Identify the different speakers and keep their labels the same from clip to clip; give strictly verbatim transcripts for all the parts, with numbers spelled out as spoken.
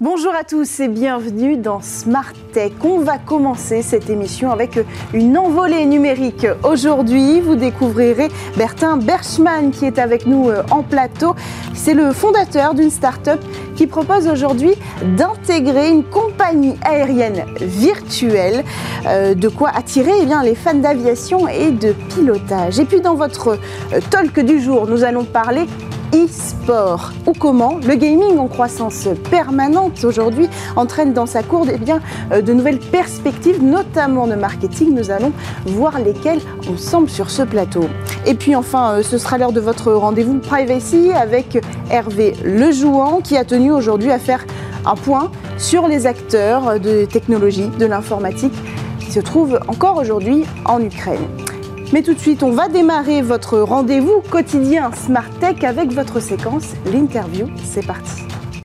Speaker 1: Bonjour à tous et bienvenue dans Smart Tech. On va commencer cette émission avec une envolée numérique. Aujourd'hui, vous découvrirez Bertin Berchmann qui est avec nous en plateau. C'est le fondateur d'une start-up qui propose aujourd'hui d'intégrer une compagnie aérienne virtuelle. Euh, de quoi attirer eh bien, les fans d'aviation et de pilotage. Et puis dans votre talk du jour, nous allons parler e-sport, ou comment le gaming en croissance permanente aujourd'hui entraîne dans sa cour eh bien, de nouvelles perspectives, notamment de marketing. Nous allons voir lesquelles ensemble sur ce plateau. Et puis enfin, ce sera l'heure de votre rendez-vous Privacy avec Hervé Lejouan qui a tenu aujourd'hui à faire un point sur les acteurs de technologie, de l'informatique qui se trouvent encore aujourd'hui en Ukraine. Mais tout de suite, on va démarrer votre rendez-vous quotidien Smart Tech avec votre séquence, l'interview. C'est parti.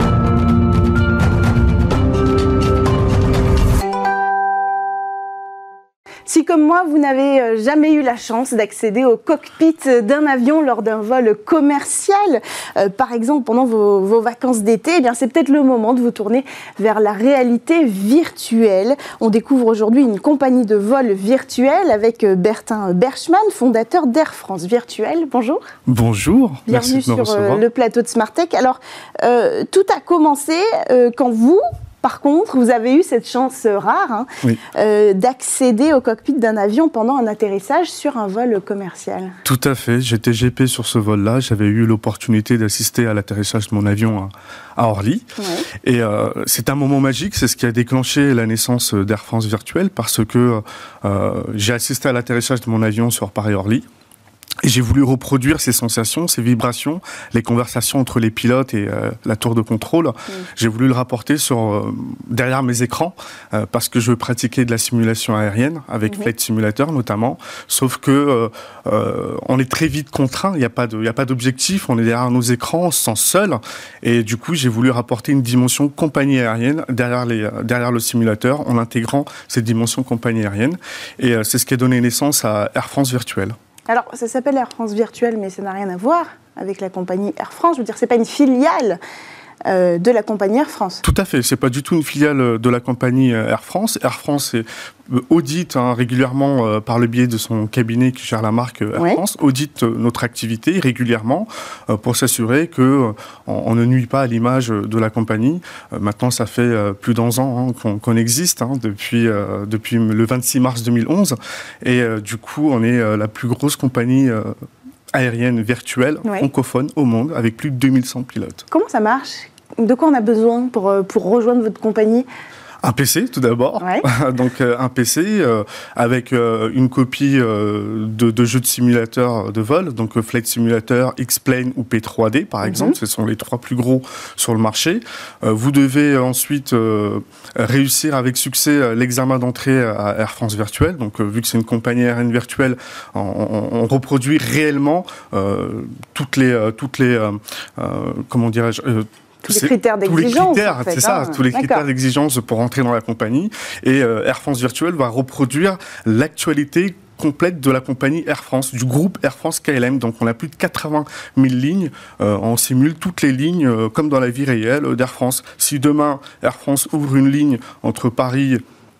Speaker 1: Si comme moi, vous n'avez jamais eu la chance d'accéder au cockpit d'un avion lors d'un vol commercial, euh, par exemple pendant vos, vos vacances d'été, eh bien c'est peut-être le moment de vous tourner vers la réalité virtuelle. On découvre aujourd'hui une compagnie de vol virtuel avec Bertin Berchmann, fondateur d'Air France Virtuel. Bonjour.
Speaker 2: Bonjour.
Speaker 1: Bienvenue
Speaker 2: Merci de me
Speaker 1: sur
Speaker 2: recevoir.
Speaker 1: le plateau de Smart Tech. Alors, euh, tout a commencé euh, quand vous... Par contre, vous avez eu cette chance rare hein,
Speaker 2: oui.
Speaker 1: euh, d'accéder au cockpit d'un avion pendant un atterrissage sur un vol commercial.
Speaker 2: Tout à fait. J'étais G P sur ce vol-là. J'avais eu l'opportunité d'assister à l'atterrissage de mon avion à, à Orly. Ouais. Et euh, c'est un moment magique. C'est ce qui a déclenché la naissance d'Air France Virtuel parce que euh, j'ai assisté à l'atterrissage de mon avion sur Paris-Orly. Et j'ai voulu reproduire ces sensations, ces vibrations, les conversations entre les pilotes et euh, la tour de contrôle. Mmh. J'ai voulu le rapporter sur euh, derrière mes écrans euh, parce que je veux pratiquer de la simulation aérienne avec mmh. Flight Simulator notamment. Sauf que euh, euh, on est très vite contraint. Il n'y a pas de, il y a pas d'objectif. On est derrière nos écrans, on se sent seul. Et du coup, j'ai voulu rapporter une dimension compagnie aérienne derrière les, derrière le simulateur, en intégrant cette dimension compagnie aérienne. Et euh, c'est ce qui a donné naissance à Air France Virtuel.
Speaker 1: Alors, ça s'appelle Air France Virtuel, mais ça n'a rien à voir avec la compagnie Air France. Je veux dire, c'est pas une filiale euh, de la compagnie Air France.
Speaker 2: Tout à fait. C'est pas du tout une filiale de la compagnie Air France. Air France est audite hein, régulièrement euh, par le biais de son cabinet qui gère la marque Air oui. France, audite euh, notre activité régulièrement euh, pour s'assurer que euh, on, on ne nuit pas à l'image de la compagnie. Euh, maintenant, ça fait euh, plus d'un an hein, qu'on, qu'on existe hein, depuis euh, depuis le vingt-six mars deux mille onze et euh, du coup, on est euh, la plus grosse compagnie euh, aérienne virtuelle oui. francophone au monde avec plus de deux mille cent pilotes.
Speaker 1: Comment ça marche ? De quoi on a besoin pour pour rejoindre votre compagnie ?
Speaker 2: Un P C tout d'abord, ouais. donc euh, un P C euh, avec euh, une copie euh, de, de jeux de simulateur de vol, donc euh, Flight Simulator, X-Plane ou P trois D par mm-hmm. exemple, ce sont les trois plus gros sur le marché. Euh, vous devez ensuite euh, réussir avec succès l'examen d'entrée à Air France Virtuel, donc euh, vu que c'est une compagnie aérienne virtuelle, on, on, on reproduit réellement euh, toutes les, euh, toutes les euh, euh, comment dirais-je euh,
Speaker 1: Tous les critères d'exigence.
Speaker 2: Tous les critères,
Speaker 1: en fait,
Speaker 2: c'est ça,
Speaker 1: hein.
Speaker 2: tous les critères
Speaker 1: D'accord.
Speaker 2: d'exigence pour entrer dans la compagnie. Et euh, Air France Virtuel va reproduire l'actualité complète de la compagnie Air France, du groupe Air France K L M. Donc on a plus de quatre-vingt mille lignes. Euh, on simule toutes les lignes euh, comme dans la vie réelle euh, d'Air France. Si demain Air France ouvre une ligne entre Paris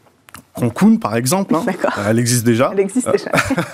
Speaker 2: Cancun, par exemple, hein, elle existe déjà.
Speaker 1: Elle existe déjà.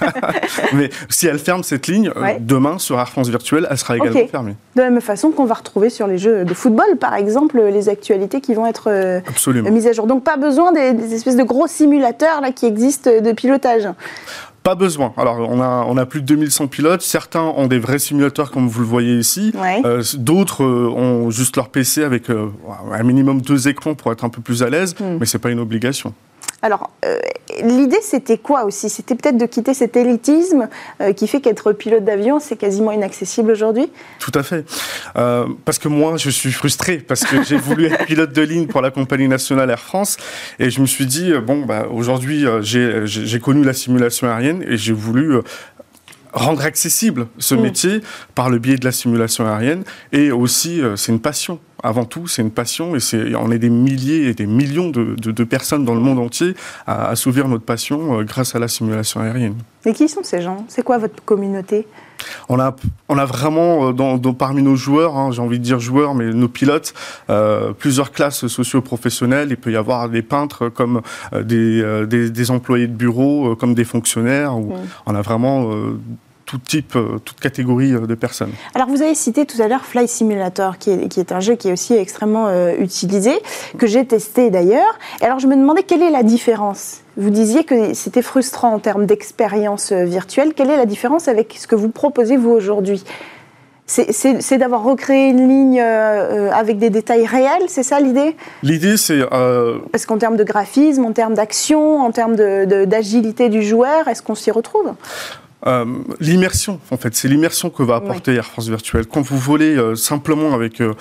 Speaker 2: Mais si elle ferme cette ligne, ouais. euh, demain, sur Air France Virtuel, elle sera également okay. fermée.
Speaker 1: De la même façon qu'on va retrouver sur les jeux de football, par exemple, les actualités qui vont être euh, mises à jour. Donc, pas besoin des, des espèces de gros simulateurs là, qui existent de pilotage.
Speaker 2: Pas besoin. Alors, on a, on a plus de deux mille cent pilotes. Certains ont des vrais simulateurs, comme vous le voyez ici. Ouais. Euh, d'autres euh, ont juste leur P C avec euh, un minimum deux écrans pour être un peu plus à l'aise, mm. mais c'est pas une obligation.
Speaker 1: Alors, euh, l'idée, c'était quoi aussi ? C'était peut-être de quitter cet élitisme euh, qui fait qu'être pilote d'avion, c'est quasiment inaccessible aujourd'hui ?
Speaker 2: Tout à fait. Euh, parce que moi, je suis frustré, parce que j'ai voulu être pilote de ligne pour la compagnie nationale Air France, et je me suis dit, bon, bah, aujourd'hui, euh, j'ai, j'ai, j'ai connu la simulation aérienne, et j'ai voulu... Euh, rendre accessible ce mmh. métier par le biais de la simulation aérienne, et aussi, euh, c'est une passion. Avant tout, c'est une passion, et c'est, on est des milliers et des millions de, de, de personnes dans le monde entier à assouvir notre passion euh, grâce à la simulation aérienne.
Speaker 1: Et qui sont ces gens ? C'est quoi votre communauté ?
Speaker 2: On a, on a vraiment, dans, dans, parmi nos joueurs, hein, j'ai envie de dire joueurs, mais nos pilotes, euh, plusieurs classes socio-professionnelles. Il peut y avoir des peintres comme euh, des, euh, des, des employés de bureau, euh, comme des fonctionnaires. Où mmh. On a vraiment euh, tout type, euh, toute catégorie euh, de personnes.
Speaker 1: Alors vous avez cité tout à l'heure Flight Simulator, qui est, qui est un jeu qui est aussi extrêmement euh, utilisé, que j'ai testé d'ailleurs. Et alors je me demandais quelle est la différence. Vous disiez que c'était frustrant en termes d'expérience virtuelle. Quelle est la différence avec ce que vous proposez, vous, aujourd'hui ? C'est, c'est, c'est d'avoir recréé une ligne euh, avec des détails réels, c'est ça l'idée ?
Speaker 2: L'idée, c'est... Euh...
Speaker 1: Parce qu'en termes de graphisme, en termes d'action, en termes de, de, d'agilité du joueur, est-ce qu'on s'y retrouve ?
Speaker 2: Euh, l'immersion, en fait, c'est l'immersion que va apporter oui. Air France Virtuelle. Quand vous volez euh, simplement avec euh,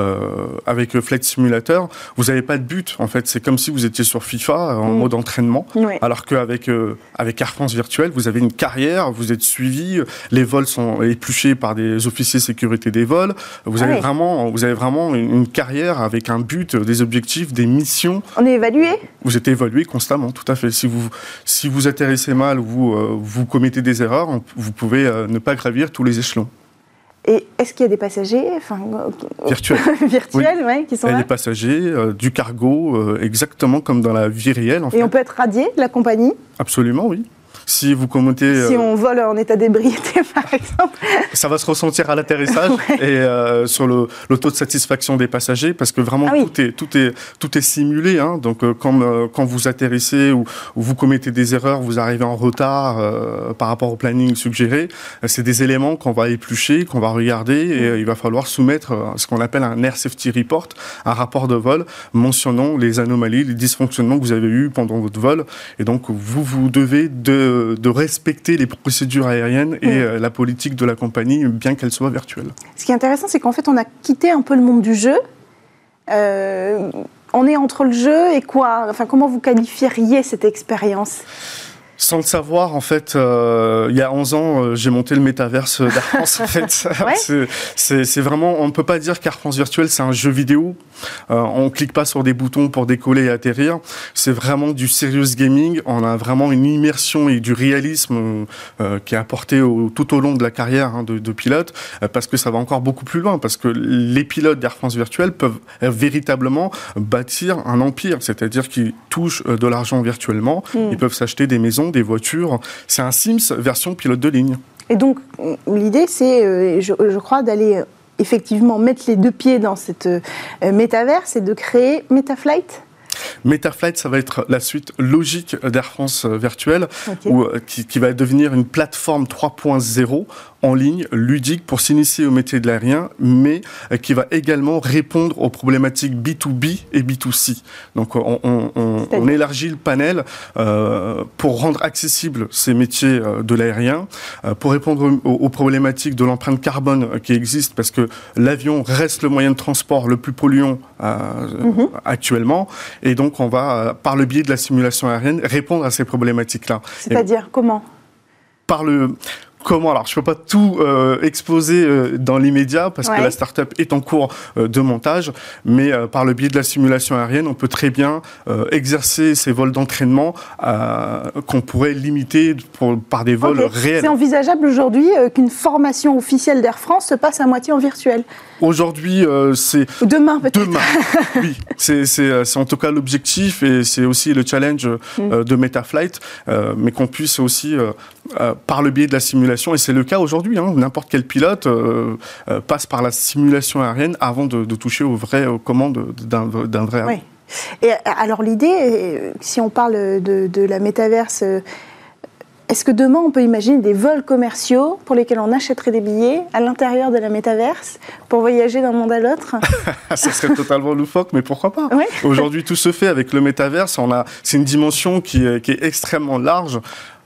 Speaker 2: avec Flight Simulator, vous n'avez pas de but. En fait, c'est comme si vous étiez sur FIFA en mmh. mode entraînement, oui. alors qu'avec euh, avec Air France Virtuelle, vous avez une carrière, vous êtes suivi, les vols sont épluchés par des officiers sécurité des vols. Vous avez ah oui. vraiment, vous avez vraiment une, une carrière avec un but, des objectifs, des missions.
Speaker 1: On est évalué ?
Speaker 2: Vous êtes évalué constamment, tout à fait. Si vous si vous atterrissez mal, vous euh, vous commettez des erreurs. Vous pouvez euh, ne pas gravir tous les échelons.
Speaker 1: Et est-ce qu'il y a des passagers enfin,
Speaker 2: virtuels,
Speaker 1: virtuels
Speaker 2: oui.
Speaker 1: ouais, qui sont
Speaker 2: Il y a
Speaker 1: là
Speaker 2: des passagers, euh, du cargo, euh, exactement comme dans la vie réelle. En
Speaker 1: Et
Speaker 2: fait.
Speaker 1: on peut être radié de la compagnie ?
Speaker 2: Absolument, oui. Si vous commentez...
Speaker 1: Si
Speaker 2: euh,
Speaker 1: on vole en état d'ébriété, par exemple.
Speaker 2: Ça va se ressentir à l'atterrissage ouais. et euh, sur le, le taux de satisfaction des passagers, parce que vraiment, ah oui. tout, est, tout, est, tout est simulé. Hein. Donc, euh, quand, euh, quand vous atterrissez ou, ou vous commettez des erreurs, vous arrivez en retard euh, par rapport au planning suggéré, euh, c'est des éléments qu'on va éplucher, qu'on va regarder, et euh, il va falloir soumettre euh, ce qu'on appelle un Air Safety Report, un rapport de vol mentionnant les anomalies, les dysfonctionnements que vous avez eus pendant votre vol. Et donc, vous, vous devez de de respecter les procédures aériennes et mmh. la politique de la compagnie, bien qu'elle soit virtuelle.
Speaker 1: Ce qui est intéressant, c'est qu'en fait, on a quitté un peu le monde du jeu. Euh, on est entre le jeu et quoi ? Enfin, comment vous qualifieriez cette expérience ?
Speaker 2: Sans le savoir, en fait, euh, il y a onze ans, euh, j'ai monté le métaverse d'Air France. En fait, ouais. c'est, c'est, c'est vraiment, on ne peut pas dire qu'Air France Virtuelle, c'est un jeu vidéo. Euh, on clique pas sur des boutons pour décoller et atterrir. C'est vraiment du serious gaming. On a vraiment une immersion et du réalisme euh, qui est apporté au, tout au long de la carrière hein, de, de pilote, euh, parce que ça va encore beaucoup plus loin, parce que les pilotes d'Air France Virtuelle peuvent euh, véritablement bâtir un empire, c'est-à-dire qu'ils touchent euh, de l'argent virtuellement. Mmh. Ils peuvent s'acheter des maisons, des voitures. C'est un Sims version pilote de ligne.
Speaker 1: Et donc, l'idée, c'est, euh, je, je crois, d'aller euh, effectivement mettre les deux pieds dans cette euh, métaverse et de créer MetaFlight.
Speaker 2: MetaFlight, ça va être la suite logique d'Air France Virtuelle, okay. où, qui, qui va devenir une plateforme trois point zéro en ligne, ludique, pour s'initier au métier de l'aérien, mais qui va également répondre aux problématiques B deux B et B deux C. Donc, on, on, on, on élargit le panel euh, pour rendre accessibles ces métiers euh, de l'aérien, euh, pour répondre aux, aux problématiques de l'empreinte carbone qui existe, parce que l'avion reste le moyen de transport le plus polluant euh, mm-hmm. actuellement. Et donc, on va, par le biais de la simulation aérienne, répondre à ces problématiques-là.
Speaker 1: C'est-à-dire, Et comment ?
Speaker 2: Par le... Comment ? Alors, je ne peux pas tout euh, exposer euh, dans l'immédiat parce ouais. que la start-up est en cours euh, de montage, mais euh, par le biais de la simulation aérienne, on peut très bien euh, exercer ces vols d'entraînement euh, qu'on pourrait limiter pour, par des vols okay. réels.
Speaker 1: C'est envisageable aujourd'hui euh, qu'une formation officielle d'Air France se passe à moitié en virtuel ?
Speaker 2: Aujourd'hui, euh, c'est...
Speaker 1: Demain, peut-être.
Speaker 2: Demain, oui. C'est, c'est, c'est en tout cas l'objectif et c'est aussi le challenge euh, de MetaFlight, euh, mais qu'on puisse aussi, euh, euh, par le biais de la simulation, et c'est le cas aujourd'hui, hein, n'importe quel pilote euh, euh, passe par la simulation aérienne avant de, de toucher aux vraies aux commandes d'un, d'un vrai avion.
Speaker 1: Oui. Et alors l'idée, si on parle de, de la métaverse, est-ce que demain on peut imaginer des vols commerciaux pour lesquels on achèterait des billets à l'intérieur de la métaverse pour voyager d'un monde à l'autre ?
Speaker 2: Ça serait totalement loufoque, mais pourquoi pas ?
Speaker 1: Oui.
Speaker 2: Aujourd'hui, tout se fait avec le métaverse. On a, c'est une dimension qui est, qui est extrêmement large.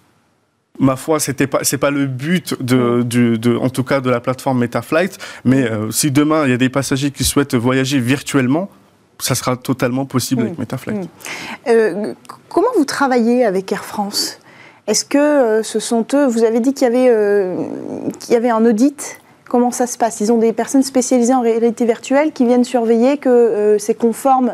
Speaker 2: Ma foi, c'était pas, c'est pas le but de, de, de, en tout cas, de la plateforme MetaFlight. Mais euh, si demain il y a des passagers qui souhaitent voyager virtuellement, ça sera totalement possible mmh. avec MetaFlight. Mmh.
Speaker 1: Euh, comment vous travaillez avec Air France ? Est-ce que euh, ce sont eux ? Vous avez dit qu'il y avait, euh, qu'il y avait un audit. Comment ça se passe ? Ils ont des personnes spécialisées en réalité virtuelle qui viennent surveiller que euh, c'est conforme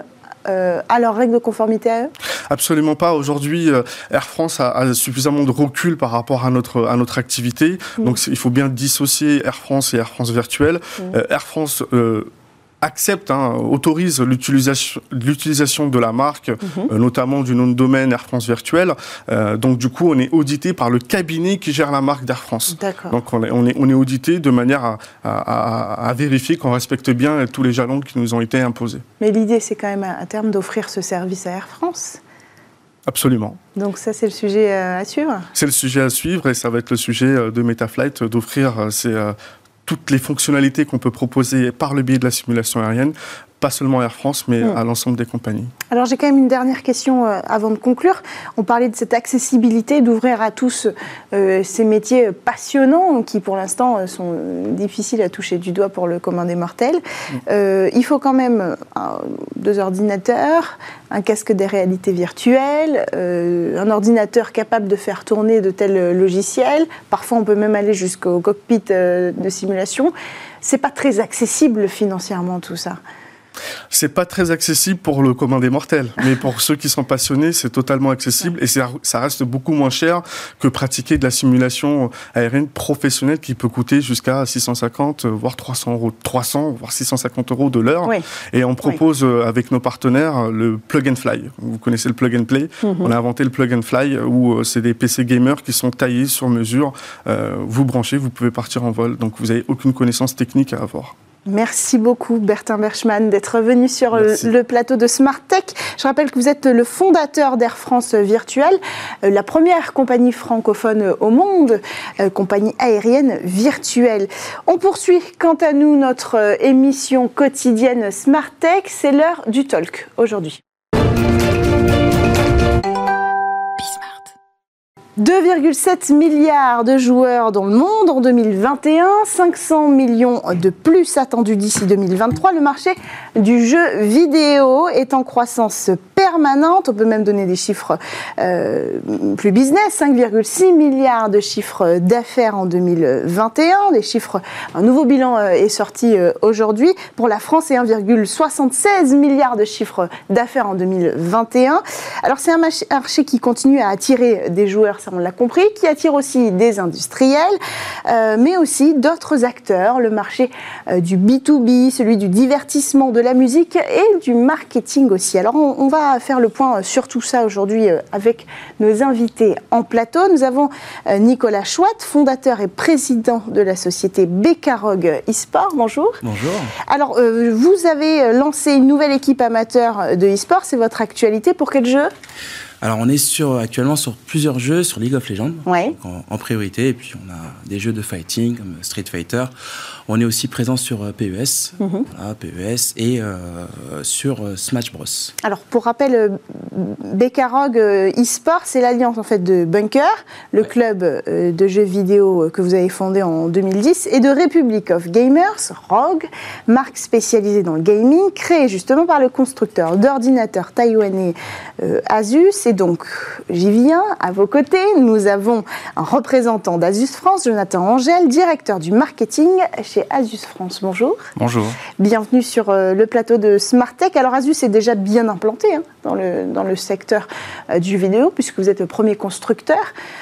Speaker 1: euh, à leurs règles de conformité à eux?
Speaker 2: Absolument pas. Aujourd'hui, euh, Air France a, a suffisamment de recul par rapport à notre, à notre activité. Mmh. Donc il faut bien dissocier Air France et Air France Virtuel. Mmh. Euh, Air France euh, accepte, hein, autorise l'utilisation, l'utilisation de la marque, mmh. euh, notamment du nom de domaine Air France Virtuel. Euh, donc du coup, on est audité par le cabinet qui gère la marque d'Air France.
Speaker 1: D'accord.
Speaker 2: Donc on est, on est, on est audité de manière à, à, à, à vérifier qu'on respecte bien tous les jalons qui nous ont été imposés.
Speaker 1: Mais l'idée, c'est quand même à terme d'offrir ce service à Air France.
Speaker 2: Absolument.
Speaker 1: Donc ça, c'est le sujet à suivre? C'est
Speaker 2: le sujet à suivre et ça va être le sujet de Metaflight, d'offrir ces... toutes les fonctionnalités qu'on peut proposer par le biais de la simulation aérienne, pas seulement Air France, mais mmh. à l'ensemble des compagnies.
Speaker 1: Alors j'ai quand même une dernière question euh, avant de conclure. On parlait de cette accessibilité, d'ouvrir à tous euh, ces métiers passionnants qui pour l'instant euh, sont difficiles à toucher du doigt pour le commun des mortels. Mmh. Euh, il faut quand même un, deux ordinateurs, un casque des réalités virtuelles, euh, un ordinateur capable de faire tourner de tels logiciels. Parfois on peut même aller jusqu'au cockpit euh, de simulation. C'est pas très accessible financièrement tout ça.
Speaker 2: C'est pas très accessible pour le commun des mortels, mais pour ceux qui sont passionnés, c'est totalement accessible et ça reste beaucoup moins cher que pratiquer de la simulation aérienne professionnelle qui peut coûter jusqu'à six cent cinquante, voire trois cents euros, trois cents, voire six cent cinquante euros de l'heure. Oui. Et on propose oui. avec nos partenaires le plug and fly. Vous connaissez le plug and play. Mm-hmm. On a inventé le plug and fly où c'est des P C gamers qui sont taillés sur mesure. Euh, vous branchez, vous pouvez partir en vol. Donc vous n'avez aucune connaissance technique à avoir.
Speaker 1: Merci beaucoup Bertin Berchmann d'être venu sur Merci. le plateau de Smart Tech. Je rappelle que vous êtes le fondateur d'Air France Virtuel, la première compagnie francophone au monde, compagnie aérienne virtuelle. On poursuit quant à nous notre émission quotidienne Smart Tech, c'est l'heure du talk aujourd'hui. deux virgule sept milliards de joueurs dans le monde en deux mille vingt et un, cinq cents millions de plus attendus d'ici deux mille vingt-trois. Le marché du jeu vidéo est en croissance permanente. On peut même donner des chiffres euh, plus business. cinq virgule six milliards de chiffres d'affaires en deux mille vingt et un. Les chiffres, un nouveau bilan euh, est sorti euh, aujourd'hui. Pour la France, c'est un virgule soixante-seize milliards de chiffres d'affaires en deux mille vingt et un. Alors c'est un marché qui continue à attirer des joueurs, ça on l'a compris, qui attire aussi des industriels, euh, mais aussi d'autres acteurs. Le marché euh, du B deux B, celui du divertissement, de la musique et du marketing aussi. Alors on, on va faire le point sur tout ça aujourd'hui avec nos invités en plateau. Nous avons Nicolas Chouat, fondateur et président de la société Becarog eSport. Bonjour.
Speaker 3: Bonjour.
Speaker 1: Alors, euh, vous avez lancé une nouvelle équipe amateur de eSport. C'est votre actualité. Pour quel jeu ?
Speaker 3: Alors, on est sur, actuellement sur plusieurs jeux, sur League of Legends,
Speaker 1: ouais.
Speaker 3: en, en priorité. Et puis, on a des jeux de fighting comme Street Fighter. On est aussi présent sur P E S, mm-hmm. voilà, P E S et euh, sur Smash Bros.
Speaker 1: Alors, pour rappel, Becarog eSport, c'est l'alliance en fait de Bunker, le ouais. club de jeux vidéo que vous avez fondé en deux mille dix, et de Republic of Gamers, Rogue, marque spécialisée dans le gaming, créée justement par le constructeur d'ordinateurs taïwanais euh, Asus. Et donc, j'y viens, à vos côtés, nous avons un représentant d'Asus France, Jonathan Angel, directeur du marketing chez Asus France. Bonjour.
Speaker 4: Bonjour.
Speaker 1: Bienvenue sur euh, le plateau de Smart Tech. Alors, Asus est déjà bien implanté hein, dans, le, dans le secteur euh, du vidéo, puisque vous êtes le premier constructeur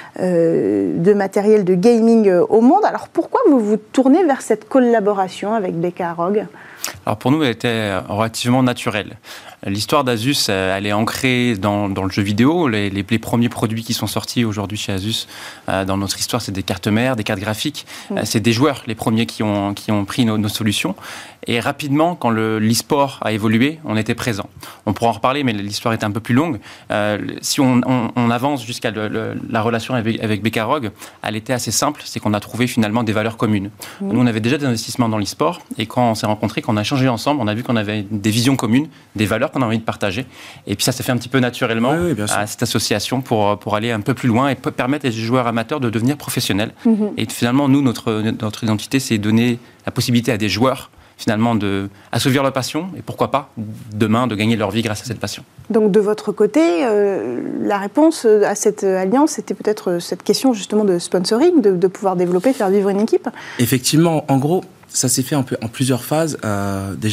Speaker 1: euh, de matériel de gaming euh, au monde. Alors, pourquoi vous vous tournez vers cette collaboration avec Becarog ?
Speaker 4: Alors, pour nous, elle était relativement naturelle. L'histoire d'Asus, elle est ancrée dans, dans le jeu vidéo. Les, les, les premiers produits qui sont sortis aujourd'hui chez Asus, euh, dans notre histoire, c'est des cartes mères, des cartes graphiques. Mmh. Euh, c'est des joueurs, les premiers qui ont, qui ont pris nos, nos solutions. Et rapidement, quand le, l'e-sport a évolué, on était présent. On pourra en reparler, mais l'histoire est un peu plus longue. Euh, si on, on, on avance jusqu'à le, le, la relation avec, avec Becarog, elle était assez simple. C'est qu'on a trouvé finalement des valeurs communes. Mmh. Nous, on avait déjà des investissements dans l'e-sport. Et quand on s'est rencontrés, quand on a échangé ensemble, on a vu qu'on avait des visions communes, des valeurs qu'on a envie de partager. Et puis ça s'est fait un petit peu naturellement
Speaker 3: oui, oui,
Speaker 4: à cette association pour, pour aller un peu plus loin et permettre aux joueurs amateurs de devenir professionnels. Mmh. Et finalement, nous, notre, notre identité, c'est donner la possibilité à des joueurs finalement de assouvir leur passion et pourquoi pas demain de gagner leur vie grâce à cette passion.
Speaker 1: Donc de votre côté, euh, la réponse à cette alliance, c'était peut-être cette question justement de sponsoring, de, de pouvoir développer, faire vivre une équipe ?
Speaker 3: Effectivement, en gros, ça s'est fait un peu en plusieurs phases. Euh, déjà,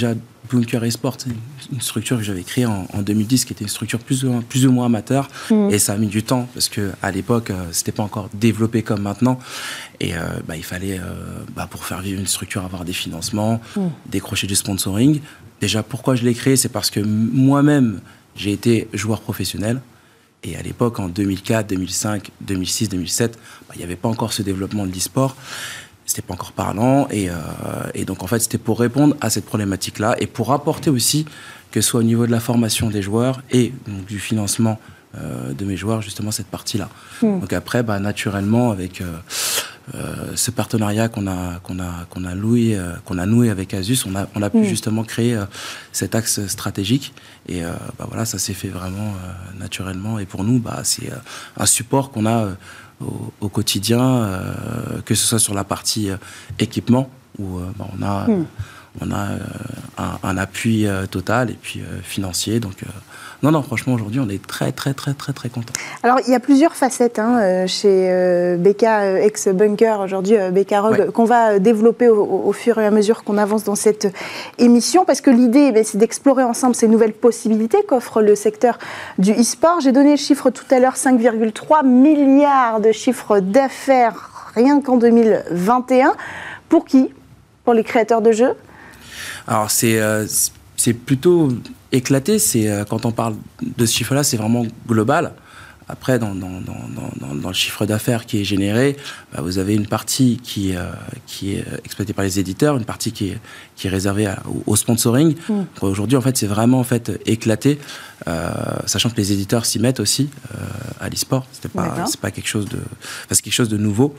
Speaker 3: Bunker Esport, c'est une structure que j'avais créée en, en deux mille dix, qui était une structure plus ou, plus ou moins amateur. Mmh. Et ça a mis du temps, parce qu'à l'époque, euh, c'était pas encore développé comme maintenant. Et euh, bah, il fallait, euh, bah, pour faire vivre une structure, avoir des financements, mmh. décrocher du sponsoring. Déjà, pourquoi je l'ai créé? C'est parce que moi-même, j'ai été joueur professionnel. Et à l'époque, en deux mille quatre, deux mille cinq, deux mille six, deux mille sept, bah, il n'y avait pas encore ce développement de l'e-sport. C'était pas encore parlant. Et, euh, et donc, en fait, c'était pour répondre à cette problématique-là et pour apporter aussi, que ce soit au niveau de la formation des joueurs et donc, du financement euh, de mes joueurs, justement, cette partie-là. Mmh. Donc après, bah, naturellement, avec... Euh, Euh, ce partenariat qu'on a, qu'on a, qu'on a, loué, euh, qu'on a noué avec Asus, on a, on a pu mmh. justement créer euh, cet axe stratégique. Et euh, bah voilà, ça s'est fait vraiment euh, naturellement. Et pour nous, bah, c'est euh, un support qu'on a euh, au, au quotidien, euh, que ce soit sur la partie euh, équipement, où euh, bah, on a, mmh. on a euh, un, un appui euh, total et puis euh, financier. Donc, euh, Non, non, franchement, aujourd'hui, on est très, très, très, très, très contents. Alors,
Speaker 1: il y a plusieurs facettes hein, chez euh, B K, euh, ex-Bunker, aujourd'hui euh, B K Rogue, ouais. qu'on va développer au, au fur et à mesure qu'on avance dans cette émission, parce que l'idée, ben, c'est d'explorer ensemble ces nouvelles possibilités qu'offre le secteur du e-sport. J'ai donné le chiffre tout à l'heure, cinq virgule trois milliards de chiffre d'affaires, rien qu'en deux mille vingt et un. Pour qui? Pour les créateurs de jeux?
Speaker 3: Alors, c'est... Euh, c'est plutôt éclaté. C'est, euh, quand on parle de ce chiffre-là, c'est vraiment global. Après, dans, dans, dans, dans, dans le chiffre d'affaires qui est généré, bah, vous avez une partie qui, euh, qui est exploitée par les éditeurs, une partie qui est, qui est réservée à, au, au sponsoring. Mmh. Aujourd'hui, en fait, c'est vraiment en fait, éclaté, euh, sachant que les éditeurs s'y mettent aussi euh, à l'e-sport. C'était pas, c'est pas quelque chose de, enfin, c'est quelque chose de nouveau.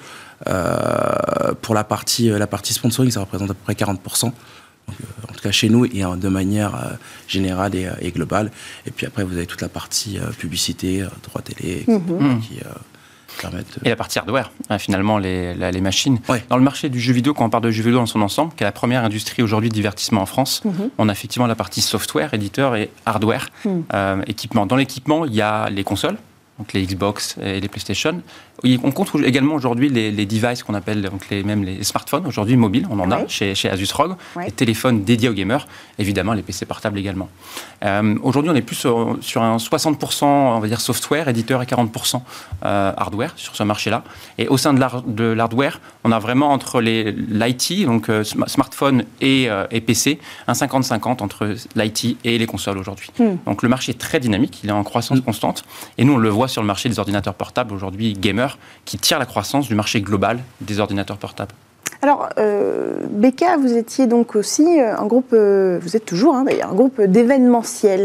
Speaker 3: Euh, pour la partie, la partie sponsoring, ça représente à peu près quarante pour cent. Donc, euh, en tout cas chez nous et de manière euh, générale et, et globale. Et puis après, vous avez toute la partie euh, publicité, euh, droit télé, mmh. qui euh, permettent...
Speaker 4: Et la partie hardware, hein, finalement, les, la, les machines.
Speaker 3: Ouais.
Speaker 4: Dans le marché du jeu vidéo, quand on parle de jeu vidéo dans son ensemble, qui est la première industrie aujourd'hui de divertissement en France, mmh. on a effectivement la partie software, éditeur, et hardware, mmh. euh, équipement. Dans l'équipement, il y a les consoles, donc les Xbox et les PlayStation. On compte également aujourd'hui les, les devices qu'on appelle donc les, même les smartphones, aujourd'hui mobiles, on en oui. a chez, chez Asus Rogue, oui. les téléphones dédiés aux gamers, évidemment les P C portables également. Euh, aujourd'hui, on est plus sur, sur un soixante pour cent, on va dire, software, éditeur, et quarante pour cent euh, hardware sur ce marché-là. Et au sein de, l'hard, de l'hardware, on a vraiment entre les, l'I T, donc euh, smartphone et, euh, et P C, un cinquante cinquante entre l'I T et les consoles aujourd'hui. Mm. Donc le marché est très dynamique, il est en croissance mm. constante, et nous on le voit sur le marché des ordinateurs portables aujourd'hui, gamer, qui tire la croissance du marché global des ordinateurs portables.
Speaker 1: Alors, euh, B K, vous étiez donc aussi un groupe, euh, vous êtes toujours hein, d'ailleurs, un groupe d'événementiel.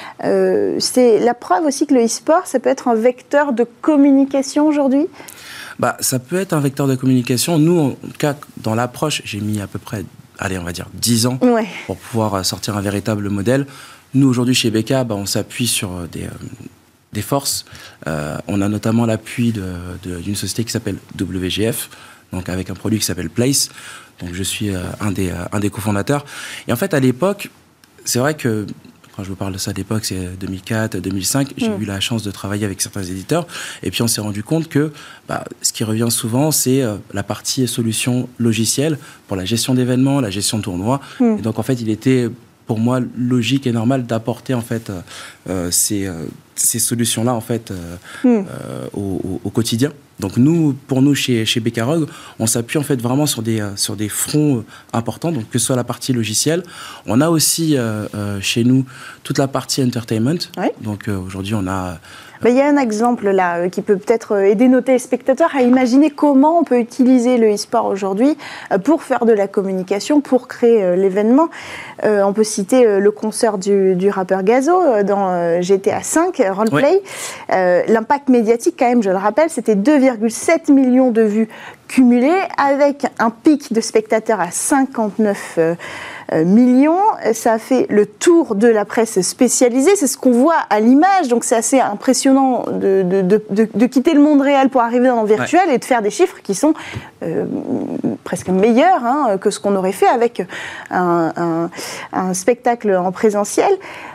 Speaker 1: Euh, c'est la preuve aussi que le e-sport, ça peut être un vecteur de communication aujourd'hui ?
Speaker 3: Bah, ça peut être un vecteur de communication. Nous, en tout cas, dans l'approche, j'ai mis à peu près, allez, on va dire dix ans ouais. pour pouvoir sortir un véritable modèle. Nous, aujourd'hui, chez B K, bah, on s'appuie sur des... Euh, des forces. Euh, on a notamment l'appui de, de, d'une société qui s'appelle W G F, donc avec un produit qui s'appelle Place. Donc je suis euh, un, des, euh, un des cofondateurs. Et en fait, à l'époque, c'est vrai que, quand je vous parle de ça à l'époque, c'est deux mille quatre, deux mille cinq, j'ai mmh. eu la chance de travailler avec certains éditeurs. Et puis on s'est rendu compte que bah, ce qui revient souvent, c'est euh, la partie solution logicielle pour la gestion d'événements, la gestion de tournois. Mmh. Et donc en fait, il était... pour moi, logique et normal d'apporter en fait euh, ces, euh, ces solutions-là en fait euh, mm. euh, au, au, au quotidien. Donc nous, pour nous chez chez B K Rogue, on s'appuie en fait vraiment sur des euh, sur des fronts importants. Donc que ce soit la partie logicielle, on a aussi euh, euh, chez nous toute la partie entertainment. Oui. Donc euh, aujourd'hui, on a
Speaker 1: Ben, il y a un exemple là qui peut peut-être aider nos téléspectateurs à imaginer comment on peut utiliser le e-sport aujourd'hui pour faire de la communication, pour créer l'événement. Euh, on peut citer le concert du, du rappeur Gazo dans G T A cinq, Roleplay. Oui. Euh, l'impact médiatique, quand même, je le rappelle, c'était deux virgule sept millions de vues cumulées, avec un pic de spectateurs à cinquante-neuf euh, millions. Ça a fait le tour de la presse spécialisée, c'est ce qu'on voit à l'image, donc c'est assez impressionnant de, de, de, de, de quitter le monde réel pour arriver dans le virtuel ouais. et de faire des chiffres qui sont euh, presque meilleurs hein, que ce qu'on aurait fait avec un, un, un spectacle en présentiel.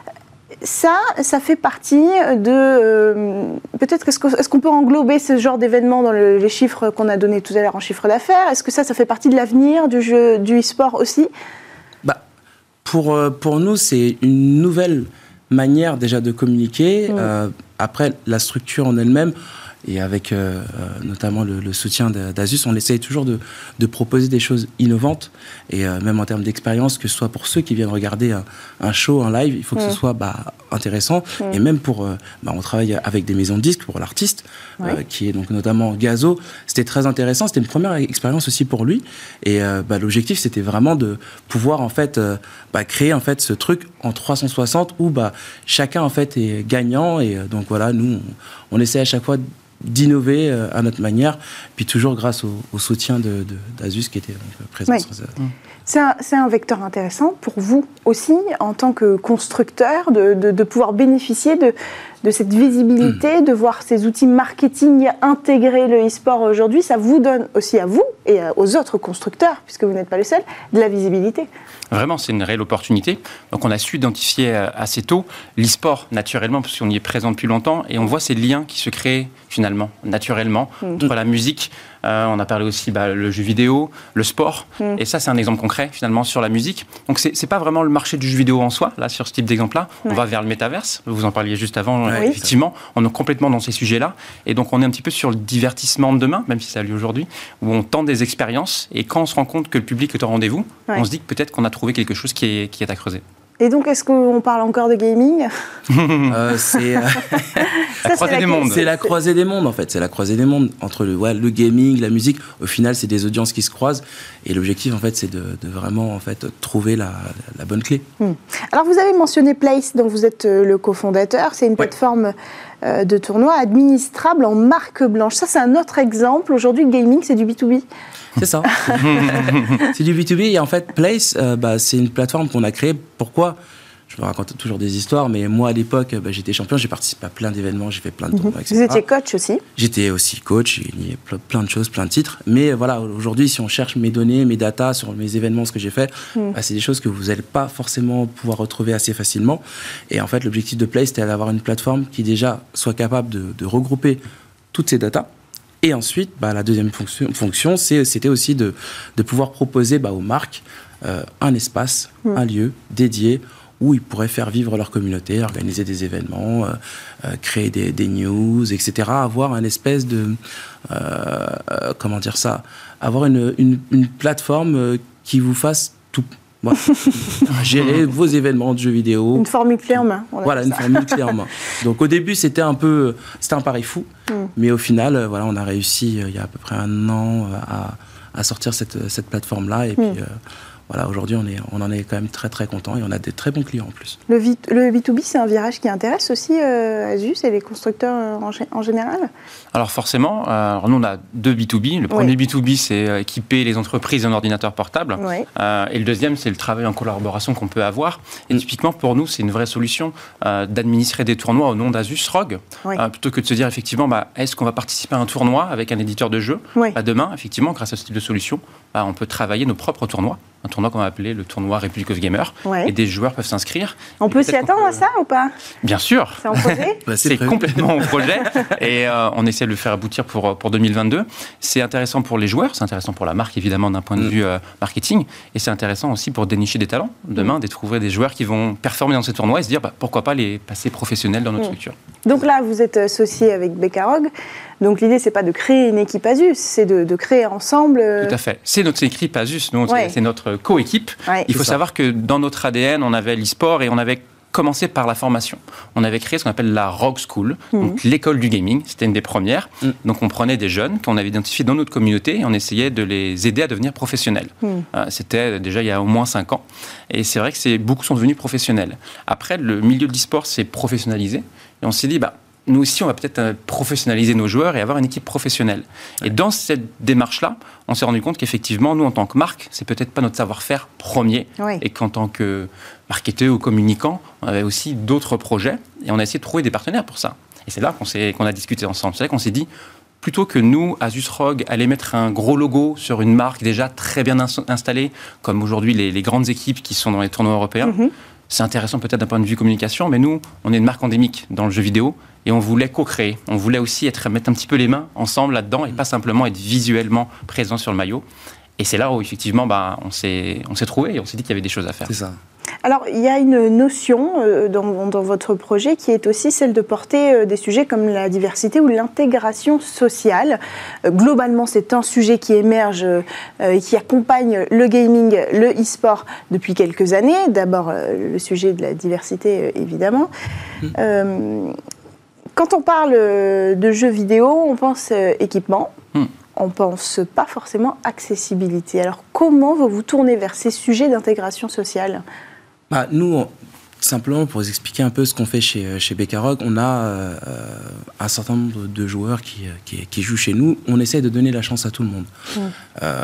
Speaker 1: Ça, ça fait partie de... Euh, peut-être, est-ce, que, est-ce qu'on peut englober ce genre d'événement dans le, les chiffres qu'on a donnés tout à l'heure en chiffre d'affaires ? Est-ce que ça, ça fait partie de l'avenir du jeu, du e-sport aussi ?
Speaker 3: Bah, pour, pour nous, c'est une nouvelle manière déjà de communiquer. Mmh. Euh, après, la structure en elle-même, et avec euh, notamment le, le soutien d'Asus, on essaye toujours de, de proposer des choses innovantes, et euh, même en termes d'expérience, que ce soit pour ceux qui viennent regarder un, un show, un live, il faut que mmh. ce soit bah, intéressant. Mmh. Et même pour... Euh, bah, on travaille avec des maisons de disques pour l'artiste, oui. euh, qui est donc notamment Gazo. C'était très intéressant, c'était une première expérience aussi pour lui. Et euh, bah, l'objectif, c'était vraiment de pouvoir en fait, euh, bah, créer en fait, ce truc en trois cent soixante où bah, chacun en fait, est gagnant. Et euh, donc voilà, nous, on, on essaie à chaque fois d'innover euh, à notre manière, puis toujours grâce au, au soutien de, de, d'Asus qui était donc, présent.
Speaker 1: Oui.
Speaker 3: Sur ce...
Speaker 1: c'est, un, c'est un vecteur intéressant pour vous aussi, en tant que constructeur, de, de, de pouvoir bénéficier de, de cette visibilité, mmh. de voir ces outils marketing intégrer le e-sport aujourd'hui. Ça vous donne aussi à vous et aux autres constructeurs, puisque vous n'êtes pas le seul, de la visibilité.
Speaker 4: Vraiment, c'est une réelle opportunité. Donc, on a su identifier assez tôt l'e-sport naturellement, parce qu'on y est présent depuis longtemps, et on voit ces liens qui se créent finalement, naturellement, mmh. entre la musique, euh, on a parlé aussi bah, le jeu vidéo, le sport, mmh. et ça, c'est un exemple concret finalement sur la musique. Donc, c'est, c'est pas vraiment le marché du jeu vidéo en soi, là, sur ce type d'exemple-là. Ouais. On va vers le métaverse, vous en parliez juste avant,
Speaker 3: ouais,
Speaker 4: euh, effectivement, on est complètement dans ces sujets-là, et donc on est un petit peu sur le divertissement de demain, même si ça a lieu aujourd'hui, où on tente des expériences, et quand on se rend compte que le public est au rendez-vous, ouais. on se dit que peut-être qu'on a trouvé quelque chose qui est, qui est à creuser.
Speaker 1: Et donc, est-ce qu'on parle encore de gaming ?
Speaker 3: euh, C'est euh...
Speaker 4: la croisée des mondes.
Speaker 3: C'est la croisée des mondes, en fait. C'est la croisée des mondes entre le, ouais, le gaming, la musique. Au final, c'est des audiences qui se croisent. Et l'objectif, en fait, c'est de, de vraiment en fait, trouver la, la bonne clé.
Speaker 1: Hum. Alors, vous avez mentionné Place, dont vous êtes le cofondateur. C'est une ouais. plateforme euh, de tournoi administrable en marque blanche. Ça, c'est un autre exemple. Aujourd'hui, le gaming, c'est du B deux B.
Speaker 3: C'est ça. C'est du B deux B. Et en fait, Place, euh, bah, c'est une plateforme qu'on a créée. Pourquoi ? Je me raconte toujours des histoires, mais moi, à l'époque, bah, j'étais champion, j'ai participé à plein d'événements, j'ai fait plein de tournois, et cetera.
Speaker 1: Vous étiez coach aussi ?
Speaker 3: J'étais aussi coach, j'ai gagné plein de choses, plein de titres. Mais voilà, aujourd'hui, si on cherche mes données, mes datas sur mes événements, ce que j'ai fait, mm. bah, c'est des choses que vous n'allez pas forcément pouvoir retrouver assez facilement. Et en fait, l'objectif de Place, c'était d'avoir une plateforme qui déjà soit capable de, de regrouper toutes ces datas. Et ensuite, bah, la deuxième fonction, fonction c'est, c'était aussi de, de pouvoir proposer bah, aux marques euh, un espace, mmh. un lieu dédié où ils pourraient faire vivre leur communauté, organiser des événements, euh, euh, créer des, des news, et cetera. Avoir un espèce de... Euh, euh, comment dire ça ? Avoir une, une, une plateforme qui vous fasse tout... Voilà. Gérer vos événements de jeux vidéo.
Speaker 1: Une formule clé en main.
Speaker 3: Voilà, une formule clé en main. Donc au début, c'était un peu, c'était un pari fou, mm. mais au final, voilà, on a réussi il y a à peu près un an à, à sortir cette, cette plateforme-là, et mm. puis euh, voilà, aujourd'hui, on, est, on en est quand même très très content, et on a des très bons clients en plus.
Speaker 1: Le, v, le B deux B, c'est un virage qui intéresse aussi euh, Asus et les constructeurs en, en général ?
Speaker 4: Alors forcément, euh, alors nous on a deux B deux B. Le premier oui. B deux B, c'est euh, équiper les entreprises d'un ordinateur portable. Oui. Euh, et le deuxième, c'est le travail en collaboration qu'on peut avoir. Et mmh. typiquement, pour nous, c'est une vraie solution euh, d'administrer des tournois au nom d'Asus Rogue. Oui. Euh, plutôt que de se dire, effectivement, bah, est-ce qu'on va participer à un tournoi avec un éditeur de jeu ? Oui. Bah, demain, effectivement, grâce à ce type de solution, bah, on peut travailler nos propres tournois. Un tournoi qu'on va appeler le tournoi Republic of Gamers. Ouais. Et des joueurs peuvent s'inscrire.
Speaker 1: On peut s'y attendre peut... à ça ou pas ?
Speaker 4: Bien sûr.
Speaker 1: C'est en projet ?
Speaker 4: bah, C'est, c'est complètement en projet. Et euh, on essaie de le faire aboutir pour, pour deux mille vingt-deux. C'est intéressant pour les joueurs, c'est intéressant pour la marque, évidemment, d'un point de vue euh, marketing. Et c'est intéressant aussi pour dénicher des talents. Demain, mmh. de trouver des joueurs qui vont performer dans ces tournois et se dire bah, pourquoi pas les passer professionnels dans notre mmh. structure.
Speaker 1: Donc là, vous êtes associé avec Bekarog. Donc l'idée, c'est pas de créer une équipe Asus, c'est de, de créer ensemble...
Speaker 4: Tout à fait. C'est notre équipe Asus, nous, ouais. c'est notre co-équipe. Ouais, Il faut savoir ça. que dans notre A D N, on avait l'e-sport et on avait commencé par la formation. On avait créé ce qu'on appelle la Rogue School, mmh. donc l'école du gaming. C'était une des premières. Mmh. Donc on prenait des jeunes qu'on avait identifiés dans notre communauté et on essayait de les aider à devenir professionnels. Mmh. Euh, c'était déjà il y a au moins cinq ans. Et c'est vrai que c'est, beaucoup sont devenus professionnels. Après, le milieu de l'e-sport s'est professionnalisé et on s'est dit... bah nous aussi, on va peut-être professionnaliser nos joueurs et avoir une équipe professionnelle. Ouais. Et dans cette démarche-là, on s'est rendu compte qu'effectivement, nous, en tant que marque, c'est peut-être pas notre savoir-faire premier. Ouais. Et qu'en tant que marketeur ou communicant, on avait aussi d'autres projets. Et on a essayé de trouver des partenaires pour ça. Et c'est là qu'on, s'est, qu'on a discuté ensemble. C'est là qu'on s'est dit, plutôt que nous, Asus Rogue, aller mettre un gros logo sur une marque déjà très bien installée, comme aujourd'hui les, les grandes équipes qui sont dans les tournois européens, mm-hmm. c'est intéressant peut-être d'un point de vue communication, mais nous, on est une marque endémique dans le jeu vidéo et on voulait co-créer. On voulait aussi être, mettre un petit peu les mains ensemble là-dedans et pas simplement être visuellement présent sur le maillot. Et c'est là où, effectivement, bah, on s'est, on s'est trouvé et on s'est dit qu'il y avait des choses à faire.
Speaker 3: C'est ça.
Speaker 1: Alors, il y a une notion euh, dans, dans votre projet qui est aussi celle de porter euh, des sujets comme la diversité ou l'intégration sociale. Euh, globalement, c'est un sujet qui émerge euh, et qui accompagne le gaming, le e-sport depuis quelques années. D'abord, euh, le sujet de la diversité, euh, évidemment. Mmh. Euh, quand on parle de jeux vidéo, on pense euh, équipement. Mmh. On ne pense pas forcément accessibilité. Alors, comment vous vous tournez vers ces sujets d'intégration sociale ?
Speaker 3: Bah, nous, on, simplement pour vous expliquer un peu ce qu'on fait chez, chez Bekarog, on a euh, un certain nombre de joueurs qui, qui, qui jouent chez nous. On essaie de donner la chance à tout le monde. Mmh. Euh,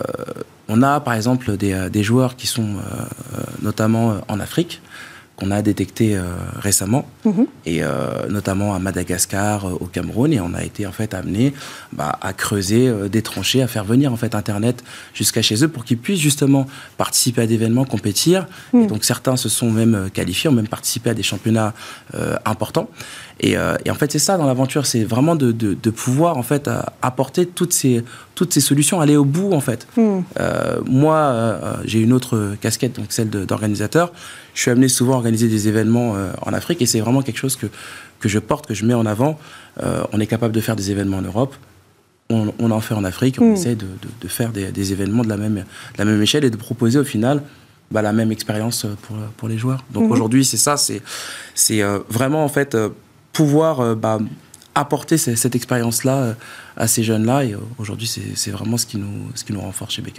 Speaker 3: on a par exemple des, des joueurs qui sont euh, notamment en Afrique, qu'on a détecté euh, récemment, mmh. et euh, notamment à Madagascar, euh, au Cameroun, et on a été en fait amené bah, à creuser euh, des tranchées, à faire venir en fait Internet jusqu'à chez eux pour qu'ils puissent justement participer à des événements, compétir. Mmh. Et donc certains se sont même qualifiés, ont même participé à des championnats euh, importants. Et, euh, et en fait, c'est ça dans l'aventure, c'est vraiment de, de, de pouvoir en fait apporter toutes ces, toutes ces solutions, aller au bout en fait. Mmh. Euh, moi, euh, j'ai une autre casquette, donc celle de, d'organisateur. Je suis amené souvent à organiser des événements euh, en Afrique et c'est vraiment quelque chose que, que je porte, que je mets en avant. Euh, on est capable de faire des événements en Europe, on, on en fait en Afrique, on mmh. essaie de, de, de faire des, des événements de la, même, de la même échelle et de proposer au final bah, la même expérience pour, pour les joueurs. Donc mmh. aujourd'hui, c'est ça, c'est, c'est euh, vraiment en fait euh, pouvoir euh, bah, apporter cette, cette expérience-là euh, à ces jeunes-là et euh, aujourd'hui, c'est, c'est vraiment ce qui nous, ce qui nous renforce chez Beka.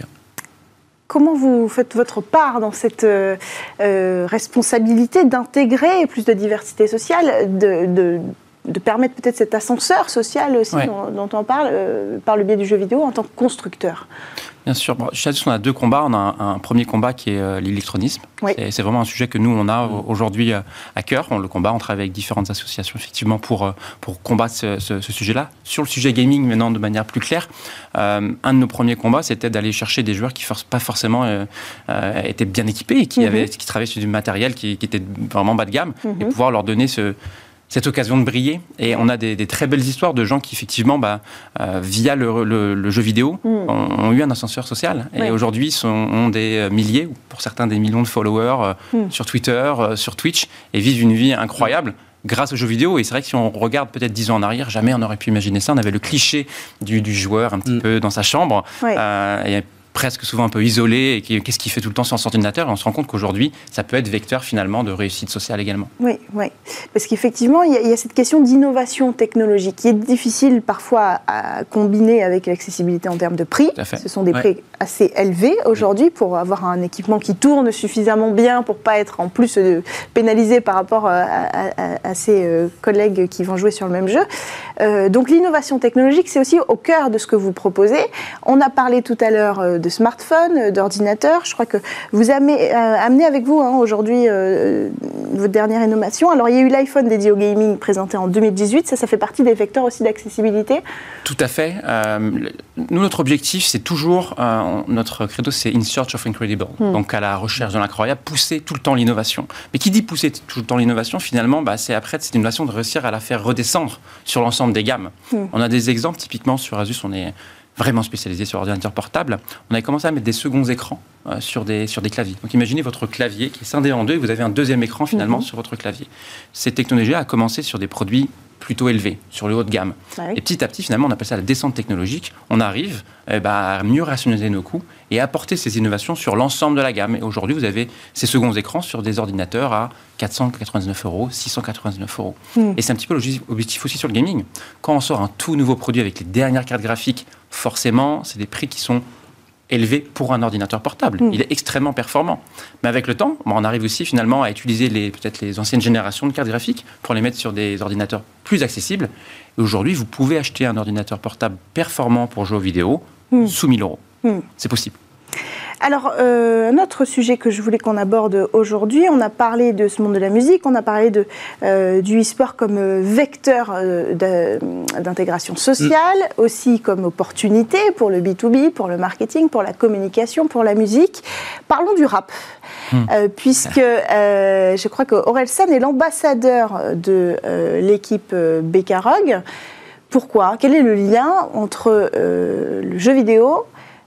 Speaker 1: Comment vous faites votre part dans cette euh, euh, responsabilité d'intégrer plus de diversité sociale, de, de, de permettre peut-être cet ascenseur social aussi ouais. dont, dont on parle euh, par le biais du jeu vidéo en tant que constructeur ?
Speaker 4: Bien sûr. Bon, chez Azus, on a deux combats. On a un, un premier combat qui est euh, l'électronisme. Oui. C'est, c'est vraiment un sujet que nous, on a aujourd'hui euh, à cœur. On le combat, on travaille avec différentes associations, effectivement, pour, euh, pour combattre ce, ce, ce sujet-là. Sur le sujet gaming, maintenant, de manière plus claire, euh, un de nos premiers combats, c'était d'aller chercher des joueurs qui ne pas forcément euh, euh, étaient bien équipés et qui, mm-hmm. avaient, qui travaillaient sur du matériel qui, qui était vraiment bas de gamme, mm-hmm. et pouvoir leur donner ce... cette occasion de briller. Et on a des, des très belles histoires de gens qui, effectivement, bah, euh, via le, le, le jeu vidéo, mm. ont, ont eu un ascenseur social. Et ouais. aujourd'hui, sont, ont des milliers, ou pour certains des millions de followers euh, mm. sur Twitter, euh, sur Twitch, et vivent une vie incroyable grâce aux jeux vidéo. Et c'est vrai que si on regarde peut-être dix ans en arrière, jamais on n'aurait pu imaginer ça. On avait le cliché du, du joueur un petit mm. peu dans sa chambre. Ouais. Euh, et presque souvent un peu isolé, et qui, qu'est-ce qu'il fait tout le temps sur son ordinateur, et on se rend compte qu'aujourd'hui, ça peut être vecteur finalement de réussite sociale également. Oui,
Speaker 1: oui. Parce qu'effectivement, il y, y a cette question d'innovation technologique qui est difficile parfois à, à combiner avec l'accessibilité en termes de prix. Ce sont des ouais. prix assez élevés aujourd'hui pour avoir un équipement qui tourne suffisamment bien pour ne pas être en plus euh, pénalisé par rapport à, à, à, à ses euh, collègues qui vont jouer sur le même jeu. Euh, donc l'innovation technologique, c'est aussi au cœur de ce que vous proposez. On a parlé tout à l'heure euh, de smartphones, d'ordinateurs. Je crois que vous avez euh, amené avec vous hein, aujourd'hui euh, votre dernière innovation. Alors, il y a eu l'iPhone dédié au gaming présenté en deux mille dix-huit. Ça, ça fait partie des vecteurs aussi d'accessibilité.
Speaker 4: Tout à fait. Euh, nous, notre objectif, c'est toujours, euh, notre credo, c'est in search of incredible. Hmm. Donc, à la recherche de l'incroyable, pousser tout le temps l'innovation. Mais qui dit pousser tout le temps l'innovation, finalement, bah, c'est après cette innovation de réussir à la faire redescendre sur l'ensemble des gammes. Hmm. On a des exemples, typiquement sur Asus, on est vraiment spécialisé sur ordinateur portable. On avait commencé à mettre des seconds écrans euh, sur, des, sur des claviers. Donc imaginez votre clavier qui est scindé en deux et vous avez un deuxième écran finalement mmh. sur votre clavier. Cette technologie a commencé sur des produits plutôt élevés, sur le haut de gamme. Ah oui. Et petit à petit, finalement, on appelle ça la descente technologique. On arrive eh ben, à mieux rationaliser nos coûts et à apporter ces innovations sur l'ensemble de la gamme. Et aujourd'hui, vous avez ces seconds écrans sur des ordinateurs à quatre cent quatre-vingt-dix-neuf euros, six cent quatre-vingt-dix-neuf euros. Mmh. Et c'est un petit peu l'objectif aussi sur le gaming. Quand on sort un tout nouveau produit avec les dernières cartes graphiques, forcément, c'est des prix qui sont élevés pour un ordinateur portable. Mmh. Il est extrêmement performant. Mais avec le temps, on arrive aussi finalement à utiliser les, peut-être les anciennes générations de cartes graphiques pour les mettre sur des ordinateurs plus accessibles. Et aujourd'hui, vous pouvez acheter un ordinateur portable performant pour jouer aux vidéos mmh. sous mille euros. Mmh. C'est possible.
Speaker 1: Alors, euh, un autre sujet que je voulais qu'on aborde aujourd'hui, on a parlé de ce monde de la musique, on a parlé de, euh, du e-sport comme vecteur euh, d'intégration sociale, mmh. aussi comme opportunité pour le B deux B, pour le marketing, pour la communication, pour la musique. Parlons du rap, mmh. euh, puisque euh, je crois qu'Orelsan est l'ambassadeur de euh, l'équipe euh, Bekarog. Pourquoi ? Quel est le lien entre euh, le jeu vidéo,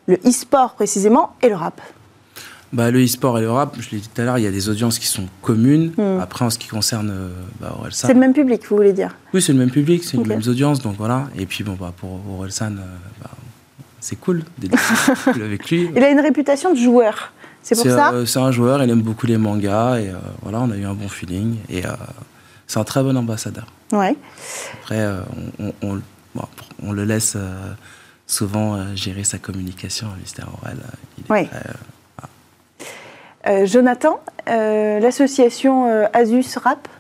Speaker 1: le e-sport précisément et le rap?
Speaker 3: Bah, le e-sport et le rap, je l'ai dit tout à l'heure, il y a des audiences qui sont communes. Mm. Après, en ce qui concerne bah, Orelsan...
Speaker 1: C'est le même public, vous voulez dire?
Speaker 3: Oui, c'est le même public, c'est okay. les mêmes audiences, donc voilà. Et puis, bon, bah, pour Orelsan, euh, bah, c'est cool d'être cool avec lui.
Speaker 1: Il a une réputation de joueur, c'est pour
Speaker 3: c'est,
Speaker 1: ça
Speaker 3: euh, C'est un joueur, il aime beaucoup les mangas, et euh, voilà, on a eu un bon feeling. Et euh, c'est un très bon ambassadeur.
Speaker 1: Ouais.
Speaker 3: Après, euh, on, on, on, bon, on le laisse euh, souvent euh, gérer sa communication, mister Aurel. Il est
Speaker 1: ouais.
Speaker 3: très, euh,
Speaker 1: Euh, Jonathan, euh, l'association euh, Asus Rap,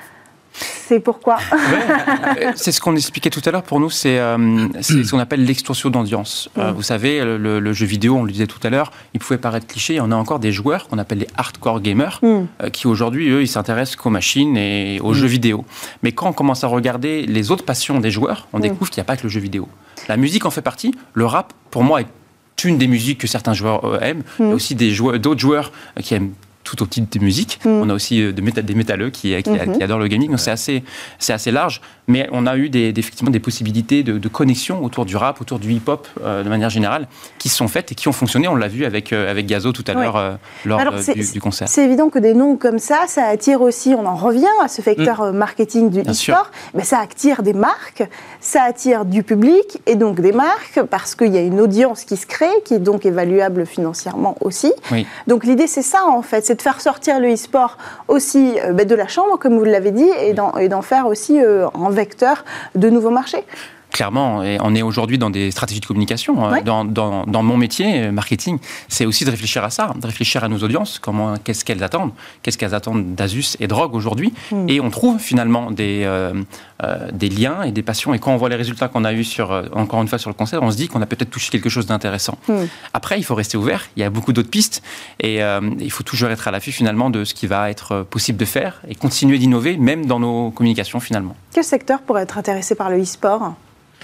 Speaker 1: c'est pourquoi?
Speaker 4: Ouais, c'est ce qu'on expliquait tout à l'heure. Pour nous, c'est, euh, c'est ce qu'on appelle l'extorsion d'audience. Mm. Euh, vous savez, le, le jeu vidéo, on le disait tout à l'heure, il pouvait paraître cliché. On a encore des joueurs qu'on appelle les hardcore gamers, mm. euh, qui aujourd'hui, eux, ils s'intéressent qu'aux machines et aux mm. jeux vidéo. Mais quand on commence à regarder les autres passions des joueurs, on mm. découvre qu'il n'y a pas que le jeu vidéo. La musique en fait partie. Le rap, pour moi, est une des musiques que certains joueurs euh, aiment. Mm. Il y a aussi des joueurs, d'autres joueurs euh, qui aiment tout au type de musique. Mm. On a aussi euh, de méta, des métalleux qui, qui, mm-hmm. qui adorent le gaming. Donc c'est assez, c'est assez large. Mais on a eu des, des, effectivement des possibilités de, de connexion autour du rap, autour du hip-hop euh, de manière générale, qui se sont faites et qui ont fonctionné. On l'a vu avec, euh, avec Gazo tout à l'heure euh, lors
Speaker 1: Alors,
Speaker 4: euh, du, du concert.
Speaker 1: C'est évident que des noms comme ça, ça attire aussi, on en revient à ce vecteur mm. marketing du Bien e-sport, mais ça attire des marques, ça attire du public et donc des marques parce qu'il y a une audience qui se crée, qui est donc évaluable financièrement aussi.
Speaker 4: Oui.
Speaker 1: Donc l'idée c'est ça en fait, c'est de faire sortir le e-sport aussi euh, bah, de la chambre, comme vous l'avez dit, et d'en, et d'en faire aussi euh, un vecteur de nouveaux marchés.
Speaker 4: Clairement, et on est aujourd'hui dans des stratégies de communication.
Speaker 1: Ouais.
Speaker 4: Dans, dans, dans mon métier, marketing, c'est aussi de réfléchir à ça, de réfléchir à nos audiences, comment, qu'est-ce qu'elles attendent, qu'est-ce qu'elles attendent d'Asus et de Rogue aujourd'hui. Mm. Et on trouve finalement des, euh, euh, des liens et des passions. Et quand on voit les résultats qu'on a eus, sur, euh, encore une fois, sur le concert, on se dit qu'on a peut-être touché quelque chose d'intéressant. Mm. Après, il faut rester ouvert. Il y a beaucoup d'autres pistes. Et euh, il faut toujours être à l'affût finalement de ce qui va être possible de faire et continuer d'innover, même dans nos communications finalement.
Speaker 1: Quel secteur pourrait être intéressé par le e-sport ?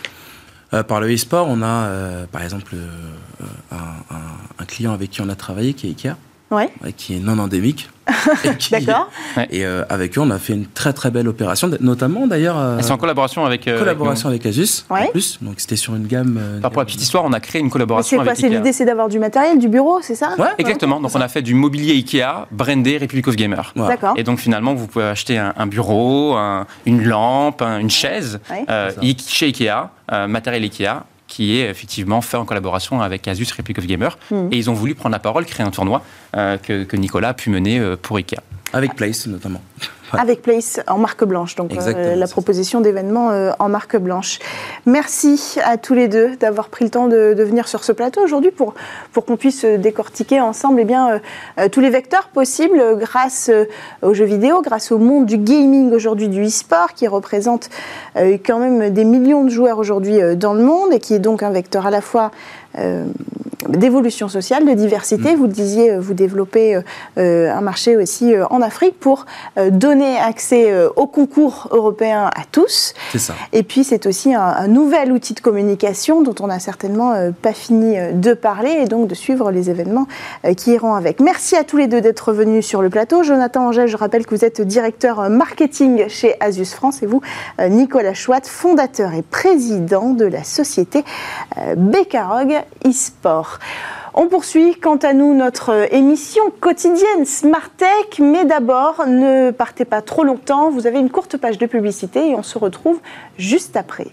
Speaker 3: Euh, par le e-sport, on a euh, par exemple euh, un, un, un client avec qui on a travaillé qui est Ikea,
Speaker 1: ouais.
Speaker 3: euh, qui est non endémique.
Speaker 1: Et qui, D'accord.
Speaker 3: Et euh, avec eux, on a fait une très très belle opération, notamment d'ailleurs. Euh,
Speaker 4: c'est en collaboration avec. Euh,
Speaker 3: collaboration avec, avec Asus,
Speaker 1: ouais.
Speaker 3: en plus. Donc c'était sur une gamme. Euh,
Speaker 4: Par pour la petite histoire, on a créé une collaboration
Speaker 1: c'est quoi,
Speaker 4: avec
Speaker 1: c'est
Speaker 4: Ikea.
Speaker 1: L'idée, c'est d'avoir du matériel, du bureau, c'est ça ?
Speaker 3: Ouais,
Speaker 4: exactement.
Speaker 3: Ouais,
Speaker 4: donc on a fait du mobilier Ikea, brandé Republic of Gamer.
Speaker 1: Ouais. D'accord.
Speaker 4: Et donc finalement, vous pouvez acheter un, un bureau, un, une lampe, un, une chaise,
Speaker 1: ouais.
Speaker 4: euh, chez Ikea, euh, matériel Ikea, qui est effectivement fait en collaboration avec Asus Republic of Gamer. Mmh. Et ils ont voulu prendre la parole, créer un tournoi euh, que, que Nicolas a pu mener euh, pour Ikea.
Speaker 3: Avec Place notamment.
Speaker 1: Ouais. Avec Place en marque blanche, donc euh, la proposition d'événements euh, en marque blanche. Merci à tous les deux d'avoir pris le temps de, de venir sur ce plateau aujourd'hui pour, pour qu'on puisse décortiquer ensemble eh bien, euh, tous les vecteurs possibles grâce euh, aux jeux vidéo, grâce au monde du gaming aujourd'hui, du e-sport qui représente euh, quand même des millions de joueurs aujourd'hui euh, dans le monde et qui est donc un vecteur à la fois Euh, d'évolution sociale, de diversité. Mmh. Vous le disiez, vous développez euh, un marché aussi euh, en Afrique pour euh, donner accès euh, aux concours européens à tous.
Speaker 3: C'est ça.
Speaker 1: Et puis c'est aussi un, un nouvel outil de communication dont on n'a certainement euh, pas fini euh, de parler et donc de suivre les événements euh, qui iront avec. Merci à tous les deux d'être venus sur le plateau. Jonathan Angèle, je rappelle que vous êtes directeur marketing chez Asus France et vous, euh, Nicolas Chouat, fondateur et président de la société euh, Bekarog e-sport. On poursuit quant à nous notre émission quotidienne Smart Tech, mais d'abord ne partez pas trop longtemps, vous avez une courte page de publicité et on se retrouve juste après.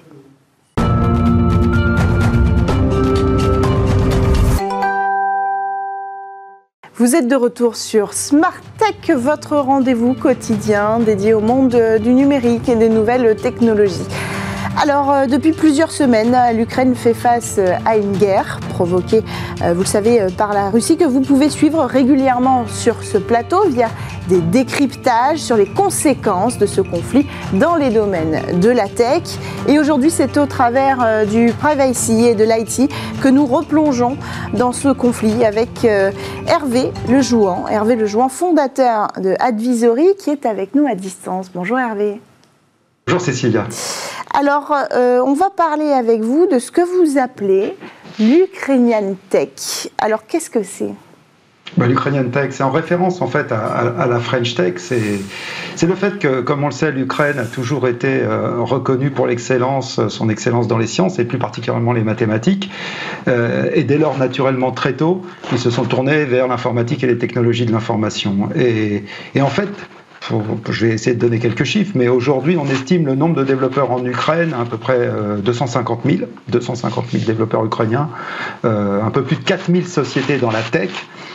Speaker 1: Vous êtes de retour sur Smart Tech, votre rendez-vous quotidien dédié au monde du numérique et des nouvelles technologies. Alors, euh, depuis plusieurs semaines, l'Ukraine fait face à une guerre provoquée, euh, vous le savez, euh, par la Russie, que vous pouvez suivre régulièrement sur ce plateau via des décryptages sur les conséquences de ce conflit dans les domaines de la tech. Et aujourd'hui, c'est au travers euh, du privacy et de l'I T que nous replongeons dans ce conflit avec euh, Hervé Lejouan, Hervé Lejouan, fondateur de Advisory, qui est avec nous à distance. Bonjour Hervé.
Speaker 5: Bonjour Cécilia.
Speaker 1: Alors, euh, on va parler avec vous de ce que vous appelez l'Ukrainian Tech. Alors, qu'est-ce que c'est ?
Speaker 5: Bah, l'Ukrainian Tech, c'est en référence en fait à, à, à la French Tech. C'est, c'est le fait que, comme on le sait, l'Ukraine a toujours été euh, reconnue pour l'excellence, son excellence dans les sciences et plus particulièrement les mathématiques. Euh, et dès lors, naturellement, très tôt, ils se sont tournés vers l'informatique et les technologies de l'information. Et, et en fait, pour, je vais essayer de donner quelques chiffres, mais aujourd'hui, on estime le nombre de développeurs en Ukraine à à peu près euh, deux cent cinquante mille développeurs ukrainiens, euh, un peu plus de quatre mille sociétés dans la tech.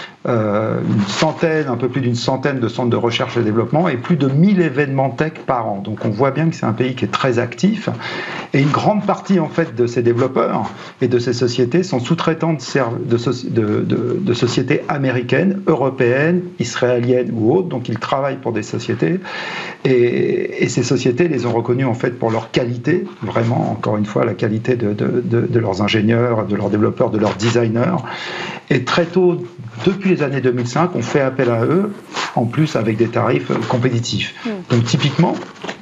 Speaker 5: Euh, une centaine, un peu plus d'une centaine de centres de recherche et développement et plus de mille événements tech par an. Donc on voit bien que c'est un pays qui est très actif et une grande partie en fait de ces développeurs et de ces sociétés sont sous-traitants de, de, de, de, de sociétés américaines, européennes, israéliennes ou autres. Donc ils travaillent pour des sociétés et, et ces sociétés les ont reconnus en fait pour leur qualité, vraiment encore une fois la qualité de, de, de, de leurs ingénieurs, de leurs développeurs, de leurs designers. Et très tôt, depuis les années deux mille cinq, on fait appel à eux, en plus avec des tarifs compétitifs. Mmh. Donc typiquement,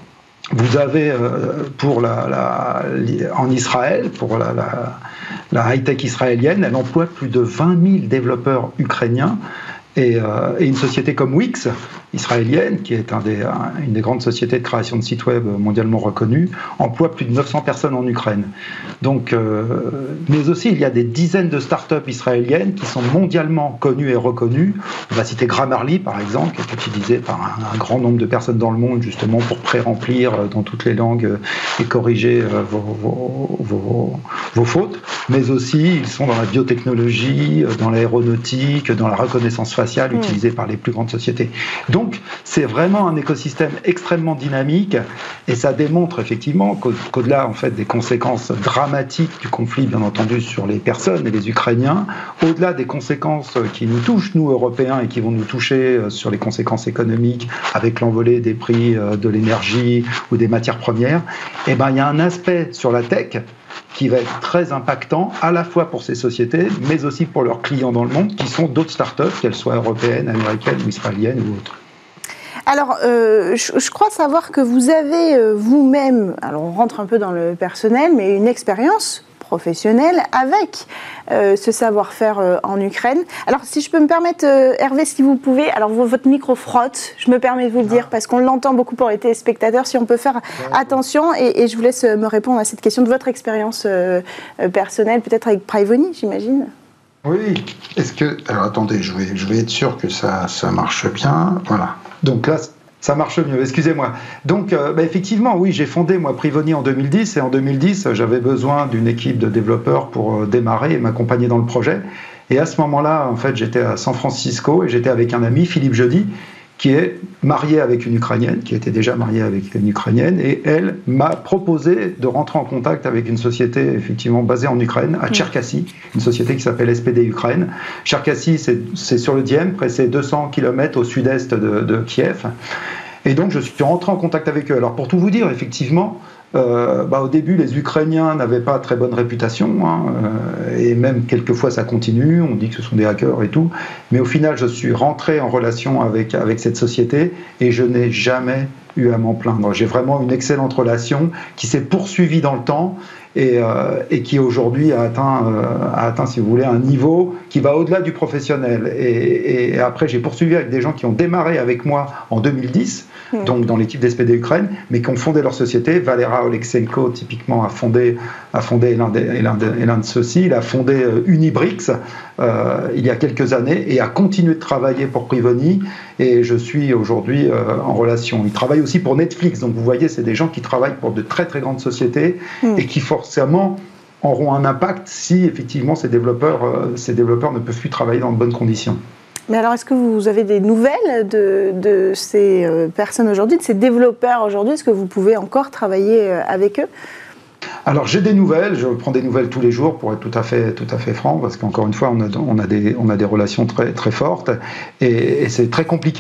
Speaker 5: vous avez euh, pour la, la, en Israël, pour la, la, la high-tech israélienne, elle emploie plus de vingt mille développeurs ukrainiens. Et, euh, et une société comme Wix, israélienne, qui est un des, un, une des grandes sociétés de création de sites web mondialement reconnues, emploie plus de neuf cents personnes en Ukraine. Donc, euh, mais aussi, il y a des dizaines de startups israéliennes qui sont mondialement connues et reconnues. On va citer Grammarly, par exemple, qui est utilisé par un, un grand nombre de personnes dans le monde, justement, pour pré-remplir dans toutes les langues et corriger vos, vos, vos, vos fautes. Mais aussi, ils sont dans la biotechnologie, dans l'aéronautique, dans la reconnaissance faciale utilisée par les plus grandes sociétés. Donc, c'est vraiment un écosystème extrêmement dynamique et ça démontre effectivement qu'au- qu'au-delà en fait, des conséquences dramatiques du conflit, bien entendu, sur les personnes et les Ukrainiens, au-delà des conséquences qui nous touchent, nous, Européens, et qui vont nous toucher sur les conséquences économiques avec l'envolée des prix de l'énergie ou des matières premières, eh ben, il y a un aspect sur la tech qui va être très impactant à la fois pour ces sociétés, mais aussi pour leurs clients dans le monde, qui sont d'autres startups, qu'elles soient européennes, américaines ou israéliennes ou autres.
Speaker 1: Alors, euh, je, je crois savoir que vous avez euh, vous-même, alors on rentre un peu dans le personnel, mais une expérience professionnelle avec euh, ce savoir-faire euh, en Ukraine. Alors, si je peux me permettre, euh, Hervé, si vous pouvez, alors votre micro frotte, je me permets de vous le dire, parce qu'on l'entend beaucoup pour les téléspectateurs, si on peut faire attention, et, et je vous laisse me répondre à cette question de votre expérience euh, personnelle, peut-être avec Privoni, j'imagine.
Speaker 6: Oui, est-ce que... Alors attendez, je vais, je vais être sûr que ça, ça marche bien. Voilà.
Speaker 5: Donc là, ça marche mieux, excusez-moi. Donc, euh, bah, effectivement, oui, j'ai fondé, moi, Privoni en deux mille dix, et en deux mille dix, j'avais besoin d'une équipe de développeurs pour euh, démarrer et m'accompagner dans le projet. Et à ce moment-là, en fait, j'étais à San Francisco, et j'étais avec un ami, Philippe Jeudi, qui est marié avec une Ukrainienne, qui était déjà mariée avec une Ukrainienne, et elle m'a proposé de rentrer en contact avec une société effectivement basée en Ukraine, à Tcherkassy, une société qui s'appelle S P D Ukraine. Tcherkassy, c'est, c'est sur le Dniepr, et c'est deux cents kilomètres au sud-est de, de Kiev. Et donc, je suis rentré en contact avec eux. Alors, pour tout vous dire, effectivement, Euh, bah, au début, les Ukrainiens n'avaient pas très bonne réputation, hein, euh, et même quelquefois ça continue, on dit que ce sont des hackers et tout, mais au final, je suis rentré en relation avec, avec cette société et je n'ai jamais eu à m'en plaindre. J'ai vraiment une excellente relation qui s'est poursuivie dans le temps et, euh, et qui aujourd'hui a atteint, euh, a atteint, si vous voulez, un niveau qui va au-delà du professionnel. Et, et après, j'ai poursuivi avec des gens qui ont démarré avec moi en deux mille dix, mmh. donc dans l'équipe d'S P D Ukraine, mais qui ont fondé leur société. Valera Oleksenko, typiquement, a fondé, a fondé l'un, de, l'un, de, l'un de ceux-ci. Il a fondé euh, Unibrix euh, il y a quelques années et a continué de travailler pour Privoni. Et je suis aujourd'hui euh, en relation. Il travaille aussi pour Netflix. Donc vous voyez, c'est des gens qui travaillent pour de très très grandes sociétés mmh. et qui forcément auront un impact si effectivement ces développeurs, euh, ces développeurs ne peuvent plus travailler dans de bonnes conditions.
Speaker 1: Mais alors, est-ce que vous avez des nouvelles de, de ces euh, personnes aujourd'hui, de ces développeurs aujourd'hui? Est-ce que vous pouvez encore travailler euh, avec eux?
Speaker 5: Alors j'ai des nouvelles, je prends des nouvelles tous les jours pour être tout à fait, tout à fait franc, parce qu'encore une fois on a, on a, des, on a des relations très, très fortes et, et c'est très compliqué.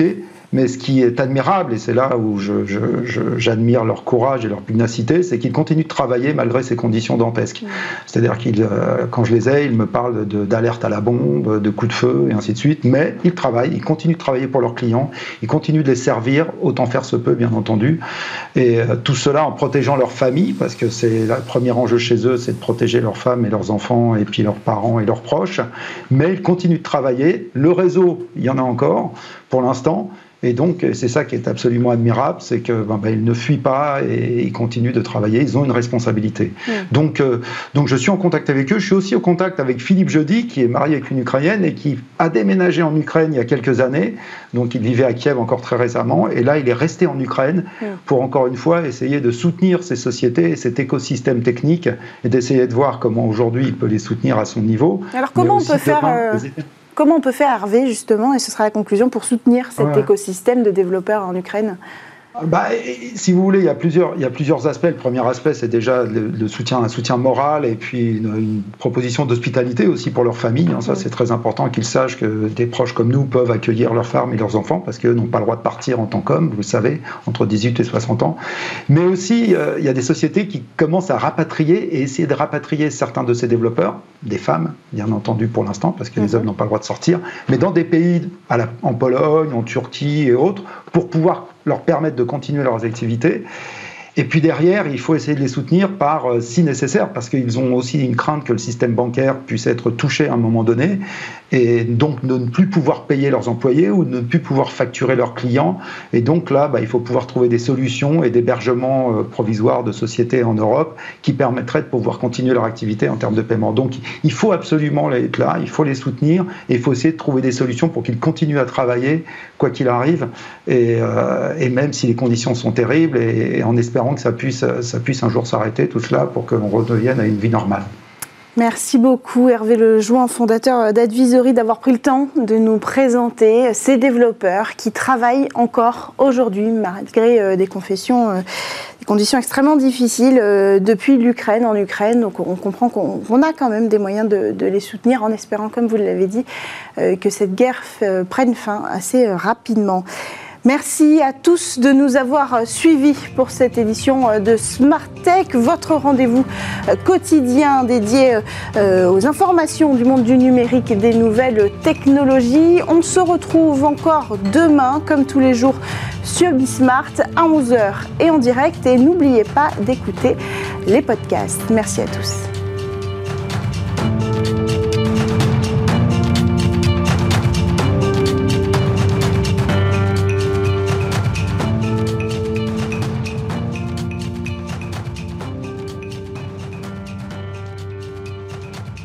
Speaker 5: Mais ce qui est admirable, et c'est là où je, je, je, j'admire leur courage et leur pugnacité, c'est qu'ils continuent de travailler malgré ces conditions dantesques. Mmh. C'est-à-dire qu'ils, euh, quand je les ai, ils me parlent de, d'alerte à la bombe, de coups de feu, et ainsi de suite. Mais ils travaillent, ils continuent de travailler pour leurs clients, ils continuent de les servir, autant faire se peut, bien entendu. Et euh, tout cela en protégeant leur famille, parce que c'est le premier enjeu chez eux, c'est de protéger leurs femmes et leurs enfants, et puis leurs parents et leurs proches. Mais ils continuent de travailler. Le réseau, il y en a encore, pour l'instant. Et donc, c'est ça qui est absolument admirable, c'est qu'ils ben, ben, ne fuient pas et ils continuent de travailler, ils ont une responsabilité. Mmh. Donc, euh, donc, je suis en contact avec eux. Je suis aussi en contact avec Philippe Jeudi, qui est marié avec une Ukrainienne et qui a déménagé en Ukraine il y a quelques années. Donc, il vivait à Kiev encore très récemment. Et là, il est resté en Ukraine mmh. pour, encore une fois, essayer de soutenir ces sociétés, cet écosystème technique, et d'essayer de voir comment, aujourd'hui, il peut les soutenir à son niveau.
Speaker 1: Alors, comment on peut faire... Euh... Comment on peut faire, Hervé, justement, et ce sera la conclusion, pour soutenir cet ouais. écosystème de développeurs en Ukraine ?
Speaker 5: Bah, si vous voulez, il y a plusieurs, il y a plusieurs aspects. Le premier aspect, c'est déjà le, le soutien, un soutien moral et puis une, une proposition d'hospitalité aussi pour leur famille. Hein, ça, c'est très important qu'ils sachent que des proches comme nous peuvent accueillir leurs femmes et leurs enfants parce qu'eux n'ont pas le droit de partir en tant qu'hommes, vous le savez, entre dix-huit et soixante ans. Mais aussi, euh, il y a des sociétés qui commencent à rapatrier et essayer de rapatrier certains de ces développeurs, des femmes, bien entendu pour l'instant, parce que les hommes n'ont pas le droit de sortir, mais dans des pays, à la, en Pologne, en Turquie et autres, pour pouvoir leur permettre de continuer leurs activités. Et puis derrière, il faut essayer de les soutenir par, euh, si nécessaire, parce qu'ils ont aussi une crainte que le système bancaire puisse être touché à un moment donné, et donc de ne plus pouvoir payer leurs employés ou de ne plus pouvoir facturer leurs clients. Et donc là, bah, il faut pouvoir trouver des solutions et d'hébergement euh, provisoire de sociétés en Europe qui permettraient de pouvoir continuer leur activité en termes de paiement. Donc il faut absolument être là, il faut les soutenir, et il faut essayer de trouver des solutions pour qu'ils continuent à travailler, quoi qu'il arrive, et, euh, et même si les conditions sont terribles, et, et en espérant que ça puisse, ça puisse un jour s'arrêter, tout cela, pour qu'on redevienne à une vie normale.
Speaker 1: Merci beaucoup Hervé Lejoin, fondateur d'Advisory, d'avoir pris le temps de nous présenter ces développeurs qui travaillent encore aujourd'hui, malgré des confessions, des conditions extrêmement difficiles depuis l'Ukraine, en Ukraine. Donc on comprend qu'on a quand même des moyens de, de les soutenir, en espérant, comme vous l'avez dit, que cette guerre prenne fin assez rapidement. Merci à tous de nous avoir suivis pour cette édition de Smart Tech, votre rendez-vous quotidien dédié aux informations du monde du numérique et des nouvelles technologies. On se retrouve encore demain, comme tous les jours, sur Bismart à onze heures et en direct. Et n'oubliez pas d'écouter les podcasts. Merci à tous.